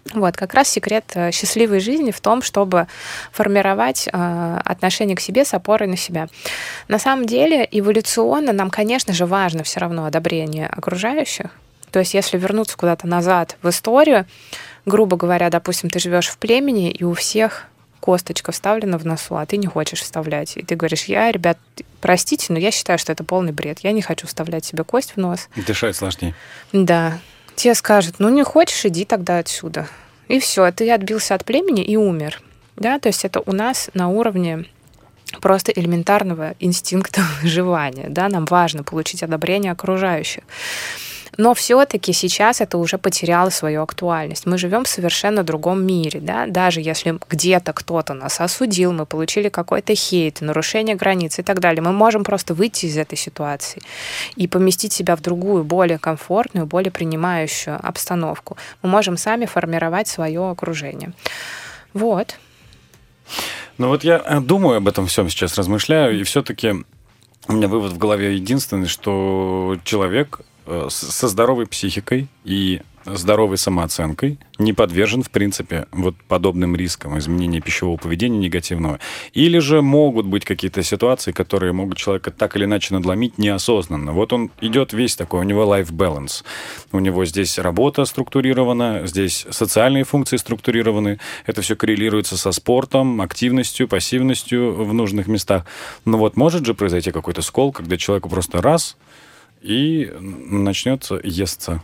Вот, как раз секрет счастливой жизни в том, чтобы формировать отношение к себе с опорой на себя. На самом деле, эволюционно нам, конечно же, важно все равно одобрение окружающих. То есть, если вернуться куда-то назад в историю, грубо говоря, допустим, ты живешь в племени, и у всех косточка вставлена в носу, а ты не хочешь вставлять. И ты говоришь, ребят, простите, но я считаю, что это полный бред. Я не хочу вставлять себе кость в нос.
Дышать сложнее.
Да. Тебе скажут, не хочешь, иди тогда отсюда. И все, ты отбился от племени и умер. Да, то есть это у нас на уровне просто элементарного инстинкта выживания. Да? Нам важно получить одобрение окружающих. Но все-таки сейчас это уже потеряло свою актуальность. Мы живем в совершенно другом мире. Да? Даже если где-то кто-то нас осудил, мы получили какой-то хейт, нарушение границ и так далее, мы можем просто выйти из этой ситуации и поместить себя в другую, более комфортную, более принимающую обстановку. Мы можем сами формировать свое окружение. Вот.
Ну вот я думаю об этом всем сейчас, размышляю, и все-таки у меня вывод в голове единственный, что человек со здоровой психикой и здоровой самооценкой не подвержен, в принципе, вот подобным рискам изменения пищевого поведения негативного. Или же могут быть какие-то ситуации, которые могут человека так или иначе надломить неосознанно. Вот он идет весь такой, у него life balance. У него здесь работа структурирована, здесь социальные функции структурированы. Это все коррелируется со спортом, активностью, пассивностью в нужных местах. Но вот может же произойти какой-то скол, когда человеку просто раз и начнется естся.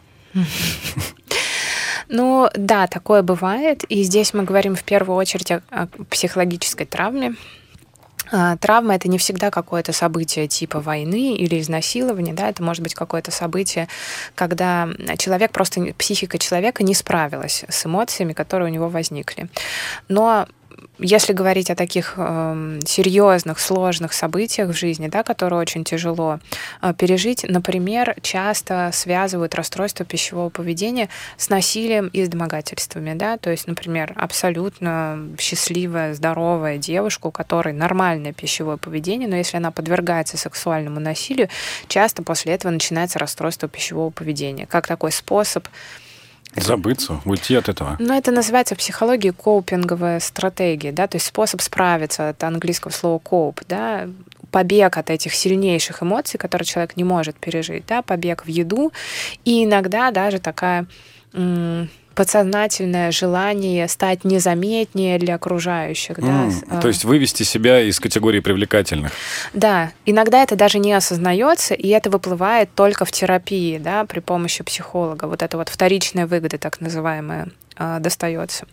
Ну да, такое бывает. И здесь мы говорим в первую очередь о психологической травме. Травма — это не всегда какое-то событие типа войны или изнасилования, да, это может быть какое-то событие, когда психика человека не справилась с эмоциями, которые у него возникли. Но если говорить о таких серьезных, сложных событиях в жизни, да, которые очень тяжело пережить, например, часто связывают расстройство пищевого поведения с насилием и с домогательствами. Да? То есть, например, абсолютно счастливая, здоровая девушка, у которой нормальное пищевое поведение, но если она подвергается сексуальному насилию, часто после этого начинается расстройство пищевого поведения. Как такой способ
забыться, уйти от этого.
Ну, это называется в психологии коупинговая стратегия, да, то есть способ справиться, от английского слова cope, да, побег от этих сильнейших эмоций, которые человек не может пережить, да, побег в еду, и иногда даже такая подсознательное желание стать незаметнее для окружающих. Да?
То есть вывести себя из категории привлекательных.
Да, иногда это даже не осознается, и это выплывает только в терапии, да, при помощи психолога. Вот эта вот вторичная выгода, так называемая, достается.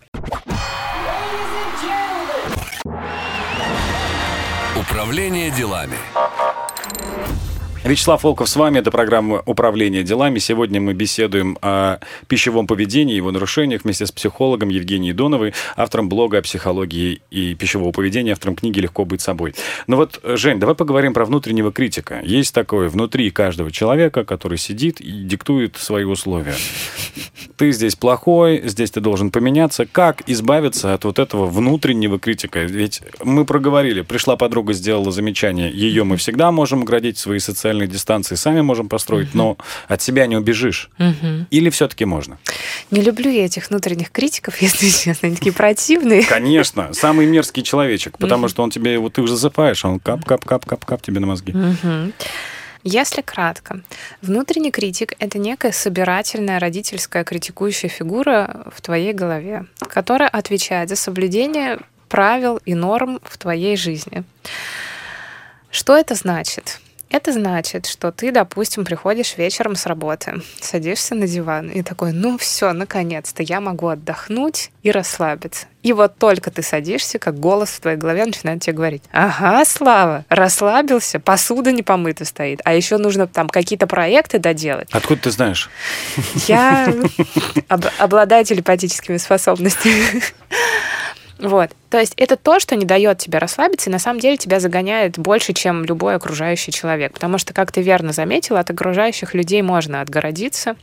Управление делами.
Вячеслав Волков с вами, это программа «Управление делами». Сегодня мы беседуем о пищевом поведении, его нарушениях вместе с психологом Евгенией Доновой, автором блога о психологии и пищевого поведения, автором книги «Легко быть собой». Ну вот, Жень, давай поговорим про внутреннего критика. Есть такое внутри каждого человека, который сидит и диктует свои условия. Ты здесь плохой, здесь ты должен поменяться. Как избавиться от вот этого внутреннего критика? Ведь мы проговорили, пришла подруга, сделала замечание, ее мы всегда можем оградить, свои социальные дистанции сами можем построить, но от себя не убежишь. Или все-таки можно?
Не люблю я этих внутренних критиков, если честно, они такие противные.
Конечно, самый мерзкий человечек, потому что он тебе, вот ты уже засыпаешь, а он кап-кап-кап-кап-кап тебе на мозги.
Если кратко, внутренний критик — это некая собирательная родительская критикующая фигура в твоей голове, которая отвечает за соблюдение правил и норм в твоей жизни. Что это значит? Это значит, что ты, допустим, приходишь вечером с работы, садишься на диван и такой, ну все, наконец-то я могу отдохнуть и расслабиться. И вот только ты садишься, как голос в твоей голове начинает тебе говорить: ага, Слава, расслабился, посуда не помыта стоит, а еще нужно там какие-то проекты доделать.
Откуда ты знаешь?
Я обладаю телепатическими способностями. Вот. То есть это то, что не дает тебе расслабиться, и на самом деле тебя загоняет больше, чем любой окружающий человек. Потому что, как ты верно заметила, от окружающих людей можно отгородиться,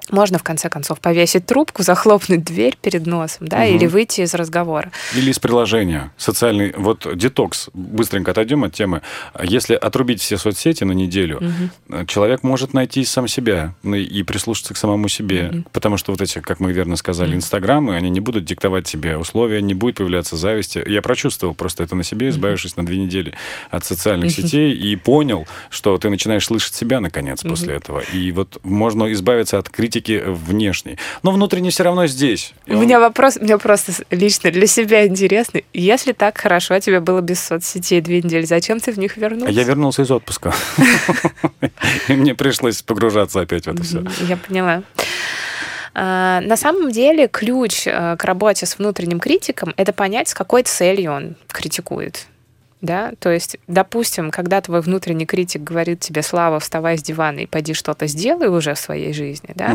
Можно, в конце концов, повесить трубку, захлопнуть дверь перед носом, да, или выйти захлопнуть дверь перед носом, да, или выйти из разговора.
Или из приложения. Социальный, вот детокс, быстренько отойдем от темы. Если отрубить все соцсети на неделю, человек может найти сам себя и прислушаться к самому себе. Потому что вот эти, как мы верно сказали, инстаграмы, они не будут диктовать тебе условия, не будет появляться зависти. Я прочувствовал просто это на себе, избавившись на 2 недели от социальных сетей, и понял, что ты начинаешь слышать себя, наконец, после этого. И вот можно избавиться от критики внешней. Но внутренне все равно здесь.
У меня вопрос, мне просто лично для себя интересный. Если так хорошо тебе было без соцсетей 2 недели, зачем ты в них вернулся?
Я вернулся из отпуска. И мне пришлось погружаться опять в это все.
Я поняла. На самом деле ключ к работе с внутренним критиком — это понять, с какой целью он критикует. Да? То есть, допустим, когда твой внутренний критик говорит тебе: Слава, вставай с дивана и пойди что-то сделай уже в своей жизни, да?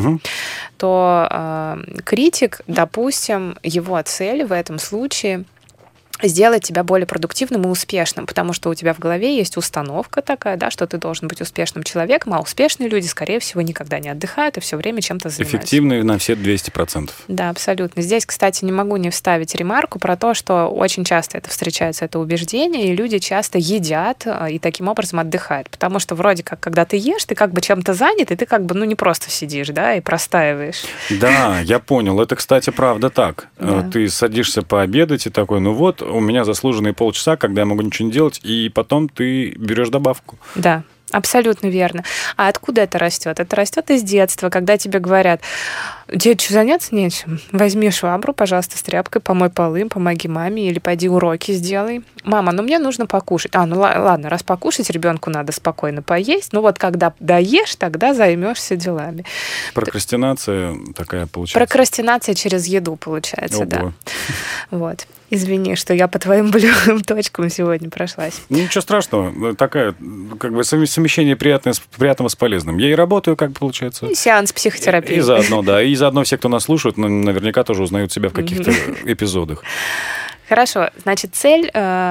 То критик, допустим, его цель в этом случае — сделать тебя более продуктивным и успешным, потому что у тебя в голове есть установка такая, да, что ты должен быть успешным человеком, а успешные люди, скорее всего, никогда не отдыхают и все время чем-то занимаются.
Эффективные на все 200%.
Да, абсолютно. Здесь, кстати, не могу не вставить ремарку про то, что очень часто это встречается, это убеждение, и люди часто едят и таким образом отдыхают, потому что вроде как, когда ты ешь, ты как бы чем-то занят, и ты как бы, не просто сидишь, да, и простаиваешь.
Да, я понял. Это, кстати, правда так.
Да.
Ты садишься пообедать и такой: у меня заслуженные полчаса, когда я могу ничего не делать, и потом ты берешь добавку.
Да, абсолютно верно. А откуда это растет? Это растет из детства, когда тебе говорят: тебе что, заняться нечем? Возьми швабру, пожалуйста, с тряпкой, помой полы, помоги маме, или пойди уроки сделай. Мама, мне нужно покушать. Ладно, раз покушать, ребенку надо спокойно поесть. Когда доешь, тогда займешься делами.
Прокрастинация такая получается.
Прокрастинация через еду получается,
Ого.
да. Вот. Извини, что я по твоим болевым точкам сегодня прошлась.
Ничего страшного. Такая, как бы, совмещение приятного с полезным. Я и работаю, как получается.
И сеанс психотерапии.
И заодно, да. И заодно все, кто нас слушает, наверняка тоже узнают себя в каких-то эпизодах.
Хорошо. Значит, цель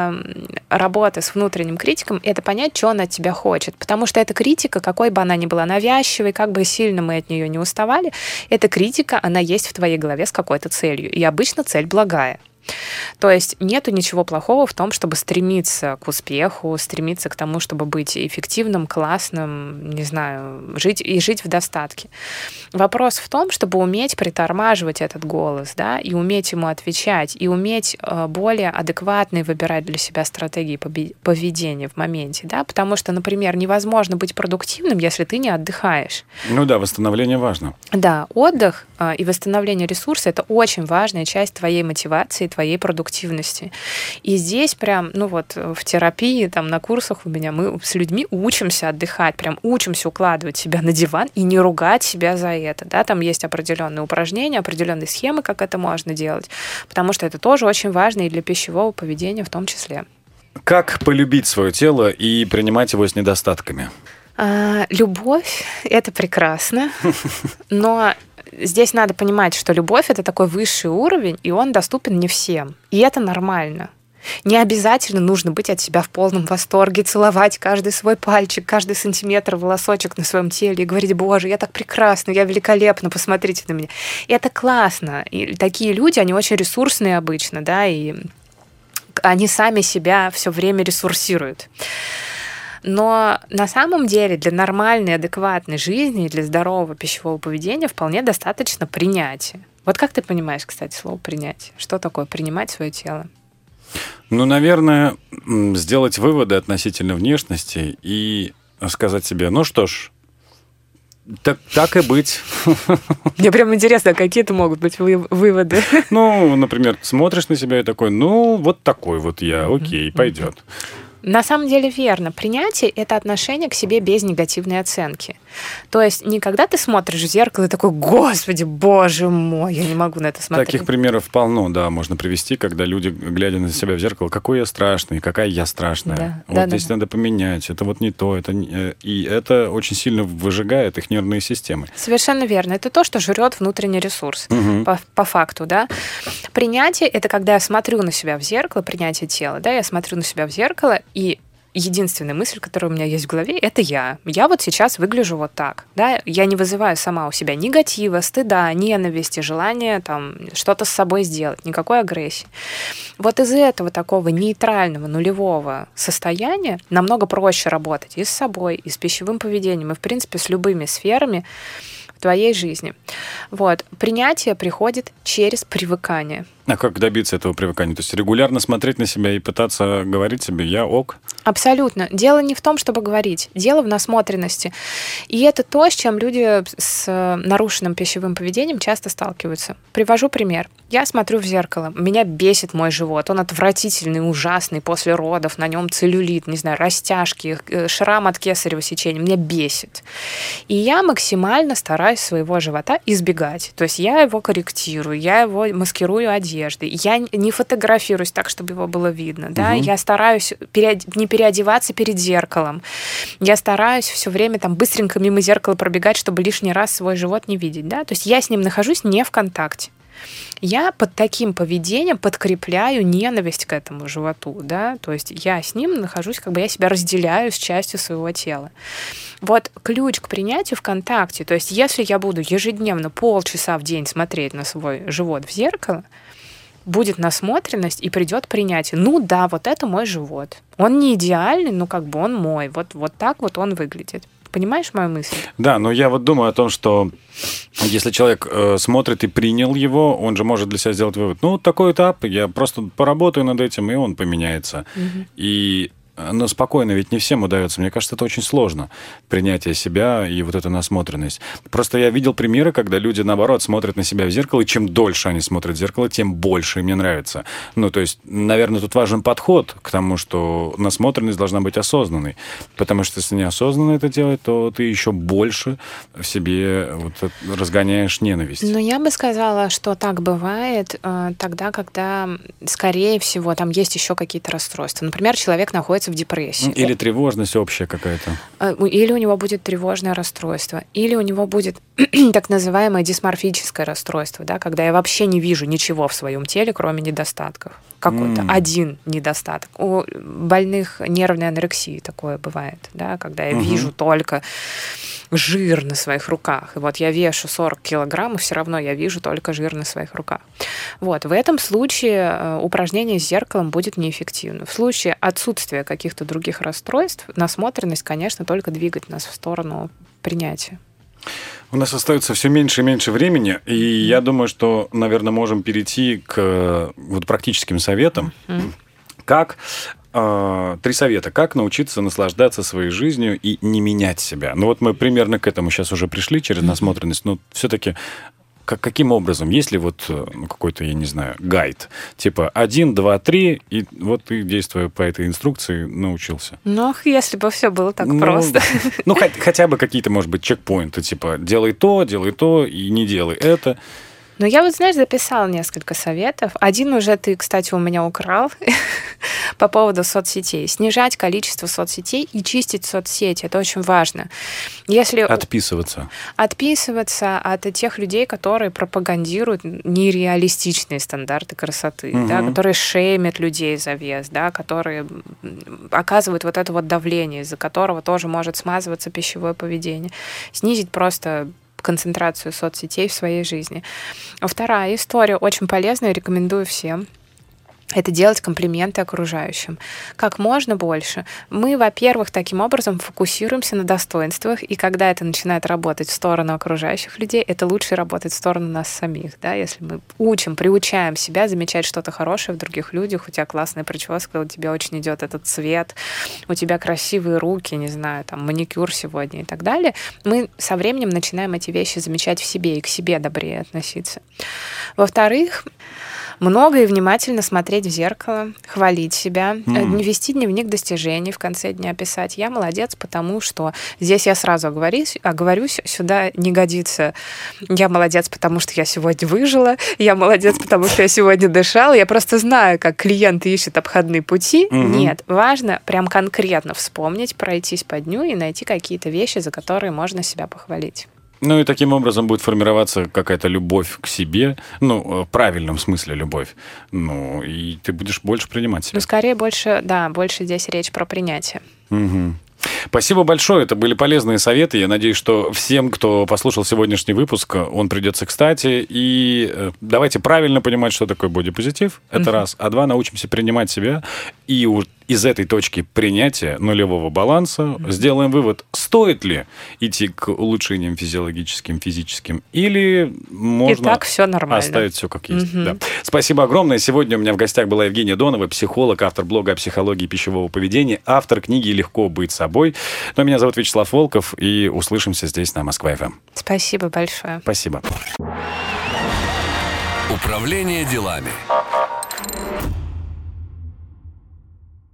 работы с внутренним критиком — это понять, что он от тебя хочет. Потому что эта критика, какой бы она ни была навязчивой, как бы сильно мы от нее не уставали, эта критика, она есть в твоей голове с какой-то целью. И обычно цель благая. То есть нету ничего плохого в том, чтобы стремиться к успеху, стремиться к тому, чтобы быть эффективным, классным, не знаю, жить в достатке. Вопрос в том, чтобы уметь притормаживать этот голос, да, и уметь ему отвечать, и уметь более адекватно выбирать для себя стратегии поведения в моменте, да, потому что, например, невозможно быть продуктивным, если ты не отдыхаешь.
Восстановление важно.
Да, отдых и восстановление ресурса — это очень важная часть твоей мотивации, твоей продуктивности. И здесь прям, в терапии, на курсах у меня мы с людьми учимся отдыхать, прям учимся укладывать себя на диван и не ругать себя за это, да, там есть определенные упражнения, определенные схемы, как это можно делать, потому что это тоже очень важно и для пищевого поведения в том числе.
Как полюбить свое тело и принимать его с недостатками?
Любовь — это прекрасно, но здесь надо понимать, что любовь — это такой высший уровень, и он доступен не всем. И это нормально. Не обязательно нужно быть от себя в полном восторге, целовать каждый свой пальчик, каждый сантиметр, волосочек на своем теле и говорить: Боже, я так прекрасна, я великолепна, посмотрите на меня. И это классно. И такие люди, они очень ресурсные обычно, да, и они сами себя все время ресурсируют. Но на самом деле для нормальной, адекватной жизни и для здорового пищевого поведения вполне достаточно принятия. Вот как ты понимаешь, кстати, слово «принятие»? Что такое принимать свое тело?
Наверное, сделать выводы относительно внешности и сказать себе: что ж, так и быть.
Мне прям интересно, какие это могут быть выводы.
Например, смотришь на себя и такой: вот такой вот я, окей, пойдет.
На самом деле верно. Принятие — это отношение к себе без негативной оценки. То есть не когда ты смотришь в зеркало и такой: Господи, Боже мой, я не могу на это смотреть.
Таких примеров полно, да, можно привести, когда люди, глядя на себя в зеркало: какой я страшный, какая я страшная. Здесь надо поменять, это не то. И это очень сильно выжигает их нервные системы.
Совершенно верно. Это то, что жрет внутренний ресурс, по факту, да. Принятие — это когда я смотрю на себя в зеркало, принятие тела, да, я смотрю на себя в зеркало, и единственная мысль, которая у меня есть в голове, это я. Я вот сейчас выгляжу вот так. Да? Я не вызываю сама у себя негатива, стыда, ненависти, желания там, что-то с собой сделать, никакой агрессии. Вот из этого такого нейтрального, нулевого состояния намного проще работать и с собой, и с пищевым поведением, и, в принципе, с любыми сферами в твоей жизни. Вот. Принятие приходит через привыкание.
А как добиться этого привыкания? То есть регулярно смотреть на себя и пытаться говорить себе «я ок»?
Абсолютно. Дело не в том, чтобы говорить. Дело в насмотренности. И это то, с чем люди с нарушенным пищевым поведением часто сталкиваются. Привожу пример. Я смотрю в зеркало. Меня бесит мой живот. Он отвратительный, ужасный. После родов на нем целлюлит, не знаю, растяжки, шрам от кесарево сечения. Меня бесит. И я максимально стараюсь своего живота избегать. То есть я его корректирую, я его маскирую одеждой. Я не фотографируюсь так, чтобы его было видно. Да? Я стараюсь не переодеваться перед зеркалом. Я стараюсь все время там быстренько мимо зеркала пробегать, чтобы лишний раз свой живот не видеть. Да? То есть я с ним нахожусь не в контакте. Я под таким поведением подкрепляю ненависть к этому животу. Да? То есть я с ним нахожусь, как бы я себя разделяю с частью своего тела. Вот ключ к принятию в контакте. То есть если я буду ежедневно полчаса в день смотреть на свой живот в зеркало, будет насмотренность и придет принятие. Ну да, вот это мой живот. Он не идеальный, но как бы он мой. Вот так вот он выглядит. Понимаешь мою мысль?
Да, но я вот думаю о том, что если человек смотрит и принял его, он же может для себя сделать вывод. Ну, такой этап, я просто поработаю над этим, и он поменяется. И но спокойно ведь не всем удается. Мне кажется, это очень сложно, принятие себя и вот эта насмотренность. Просто я видел примеры, когда люди, наоборот, смотрят на себя в зеркало, и чем дольше они смотрят в зеркало, тем больше им не нравится. Ну, то есть, наверное, тут важен подход к тому, что насмотренность должна быть осознанной. Потому что если неосознанно это делать, то ты еще больше в себе вот разгоняешь ненависть.
Ну, я бы сказала, что так бывает тогда, когда, скорее всего, там есть еще какие-то расстройства. Например, человек находится в депрессии.
Или тревожность общая какая-то.
Или у него будет тревожное расстройство. Или у него будет так называемое дисморфическое расстройство, да, когда я вообще не вижу ничего в своем теле, кроме недостатков. Какой-то один недостаток. У больных нервной анорексии такое бывает, да, когда я вижу только жир на своих руках. И вот я вешу 40 килограмм, и все равно я вижу только жир на своих руках. Вот. В этом случае упражнение с зеркалом будет неэффективно. В случае отсутствия каких-то других расстройств, насмотренность, конечно, только двигает нас в сторону принятия.
У нас остается все меньше и меньше времени, и я думаю, что, наверное, можем перейти к вот практическим советам. Как 3 совета. Как научиться наслаждаться своей жизнью и не менять себя? Ну вот мы примерно к этому сейчас уже пришли через насмотренность, но все-таки каким образом? Есть ли вот какой-то, я не знаю, гайд? Типа 1, 2, 3, и вот ты, действуя по этой инструкции, научился.
Ну, если бы все было так просто.
Ну, хотя бы какие-то, может быть, чекпоинты, типа делай то, и не делай это.
Ну, я вот, знаешь, записала несколько советов. Один уже ты, кстати, у меня украл по поводу соцсетей. Снижать количество соцсетей и чистить соцсети. Это очень важно. Если
Отписываться
от тех людей, которые пропагандируют нереалистичные стандарты красоты, да, которые шеймят людей за вес, да, которые оказывают вот это вот давление, из-за которого тоже может смазываться пищевое поведение. Снизить просто концентрацию соцсетей в своей жизни. Вторая история, очень полезная, рекомендую всем. Это делать комплименты окружающим. Как можно больше. Мы, во-первых, таким образом фокусируемся на достоинствах, и когда это начинает работать в сторону окружающих людей, это лучше работает в сторону нас самих. Да? Если мы приучаем себя замечать что-то хорошее в других людях, у тебя классная прическа, у тебя очень идет этот цвет, у тебя красивые руки, не знаю, там маникюр сегодня и так далее, мы со временем начинаем эти вещи замечать в себе и к себе добрее относиться. Во-вторых, много и внимательно смотреть в зеркало, хвалить себя, вести дневник достижений, в конце дня писать «я молодец, потому что…» Здесь я сразу оговорюсь, сюда не годится «я молодец, потому что я сегодня выжила», «я молодец, потому что я сегодня дышала». Я просто знаю, как клиенты ищут обходные пути. Нет, важно прям конкретно вспомнить, пройтись по дню и найти какие-то вещи, за которые можно себя похвалить.
Ну и таким образом будет формироваться какая-то любовь к себе, в правильном смысле любовь. Ну, и ты будешь больше принимать себя.
Ну, скорее больше здесь речь про принятие.
Угу. Спасибо большое, это были полезные советы. Я надеюсь, что всем, кто послушал сегодняшний выпуск, он придется кстати. И давайте правильно понимать, что такое бодипозитив. Это раз. А два, научимся принимать себя. И из этой точки принятия нулевого баланса сделаем вывод, стоит ли идти к улучшениям физиологическим, физическим, или можно
так все нормально.
Оставить все как есть. Да. Спасибо огромное. Сегодня у меня в гостях была Евгения Донова, психолог, автор блога о психологии пищевого поведения, автор книги «Легко быть собой». Ну, меня зовут Вячеслав Волков, и услышимся здесь на Москва-ФМ.
Спасибо большое.
Спасибо.
Управление делами.